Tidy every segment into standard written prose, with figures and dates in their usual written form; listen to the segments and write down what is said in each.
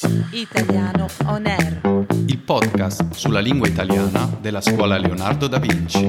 Italiano On Air, il podcast sulla lingua italiana della Scuola Leonardo da Vinci.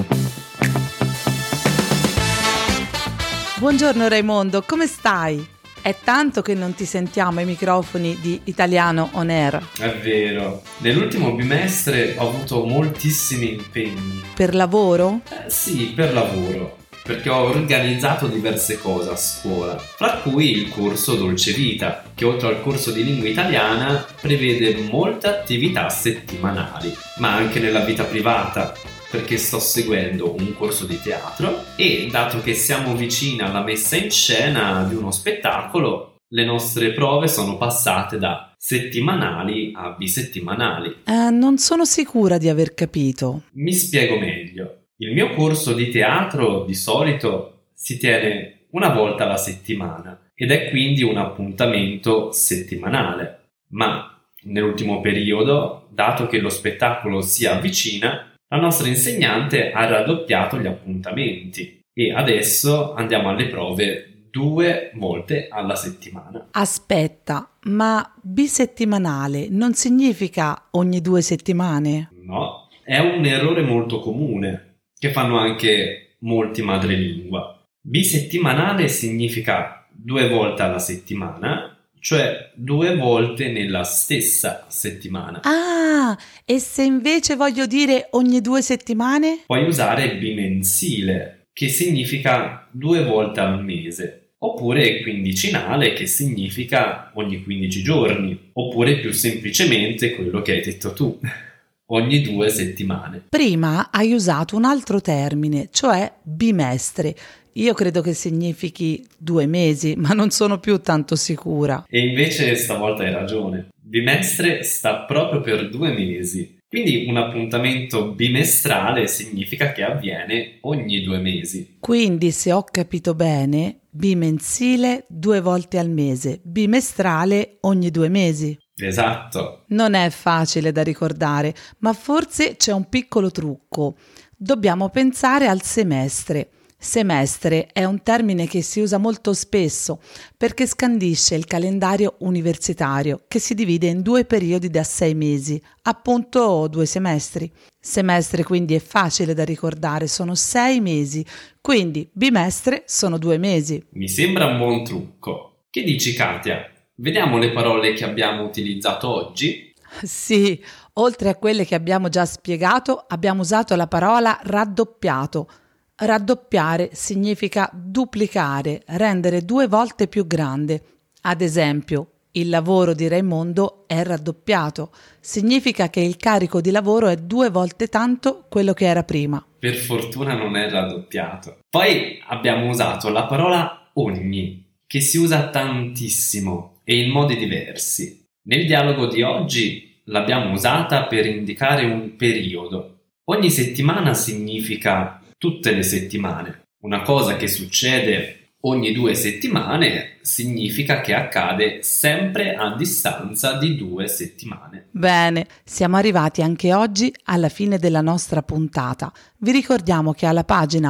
Buongiorno Raimondo, come stai? È tanto che non ti sentiamo ai microfoni di Italiano On Air. È vero, nell'ultimo bimestre ho avuto moltissimi impegni. Per lavoro? Sì, per lavoro, perché ho organizzato diverse cose a scuola, fra cui il corso Dolce Vita, che oltre al corso di lingua italiana prevede molte attività settimanali, ma anche nella vita privata, perché sto seguendo un corso di teatro e, dato che siamo vicini alla messa in scena di uno spettacolo, le nostre prove sono passate da settimanali a bisettimanali. Non sono sicura di aver capito. Mi spiego meglio. Il mio corso di teatro di solito si tiene una volta alla settimana ed è quindi un appuntamento settimanale, ma nell'ultimo periodo, dato che lo spettacolo si avvicina, la nostra insegnante ha raddoppiato gli appuntamenti e adesso andiamo alle prove 2 volte alla settimana. Aspetta, ma bisettimanale non significa ogni 2 settimane? No, è un errore molto comune che fanno anche molti madrelingua. Bisettimanale significa 2 volte alla settimana, cioè 2 volte nella stessa settimana. Ah, e se invece voglio dire ogni 2 settimane? Puoi usare bimensile, che significa 2 volte al mese, oppure quindicinale, che significa ogni 15 giorni, oppure più semplicemente quello che hai detto tu, ogni 2 settimane. Prima hai usato un altro termine, cioè bimestre. Io credo che significhi 2 mesi, ma non sono più tanto sicura. E invece stavolta hai ragione. Bimestre sta proprio per 2 mesi. Quindi un appuntamento bimestrale significa che avviene ogni 2 mesi. Quindi, se ho capito bene, bimensile 2 volte al mese, bimestrale ogni 2 mesi. Esatto. Non è facile da ricordare, ma forse c'è un piccolo trucco. Dobbiamo pensare al semestre. Semestre è un termine che si usa molto spesso perché scandisce il calendario universitario che si divide in 2 periodi da 6 mesi, appunto 2 semestri. Semestre quindi è facile da ricordare, sono 6 mesi, quindi bimestre sono 2 mesi. Mi sembra un buon trucco. Che dici, Katia? Vediamo le parole che abbiamo utilizzato oggi? Sì, oltre a quelle che abbiamo già spiegato, abbiamo usato la parola raddoppiato. Raddoppiare significa duplicare, rendere 2 volte più grande. Ad esempio, il lavoro di Raimondo è raddoppiato. Significa che il carico di lavoro è 2 volte tanto quello che era prima. Per fortuna non è raddoppiato. Poi abbiamo usato la parola ogni, che si usa tantissimo e in modi diversi. Nel dialogo di oggi l'abbiamo usata per indicare un periodo. Ogni settimana significa tutte le settimane. Una cosa che succede ogni 2 settimane significa che accade sempre a distanza di 2 settimane. Bene, siamo arrivati anche oggi alla fine della nostra puntata. Vi ricordiamo che alla pagina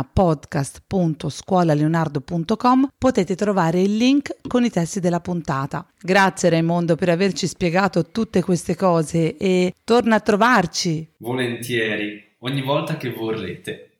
podcast.scuolaleonardo.com potete trovare il link con i testi della puntata. Grazie Raimondo per averci spiegato tutte queste cose e torna a trovarci. Volentieri, ogni volta che vorrete.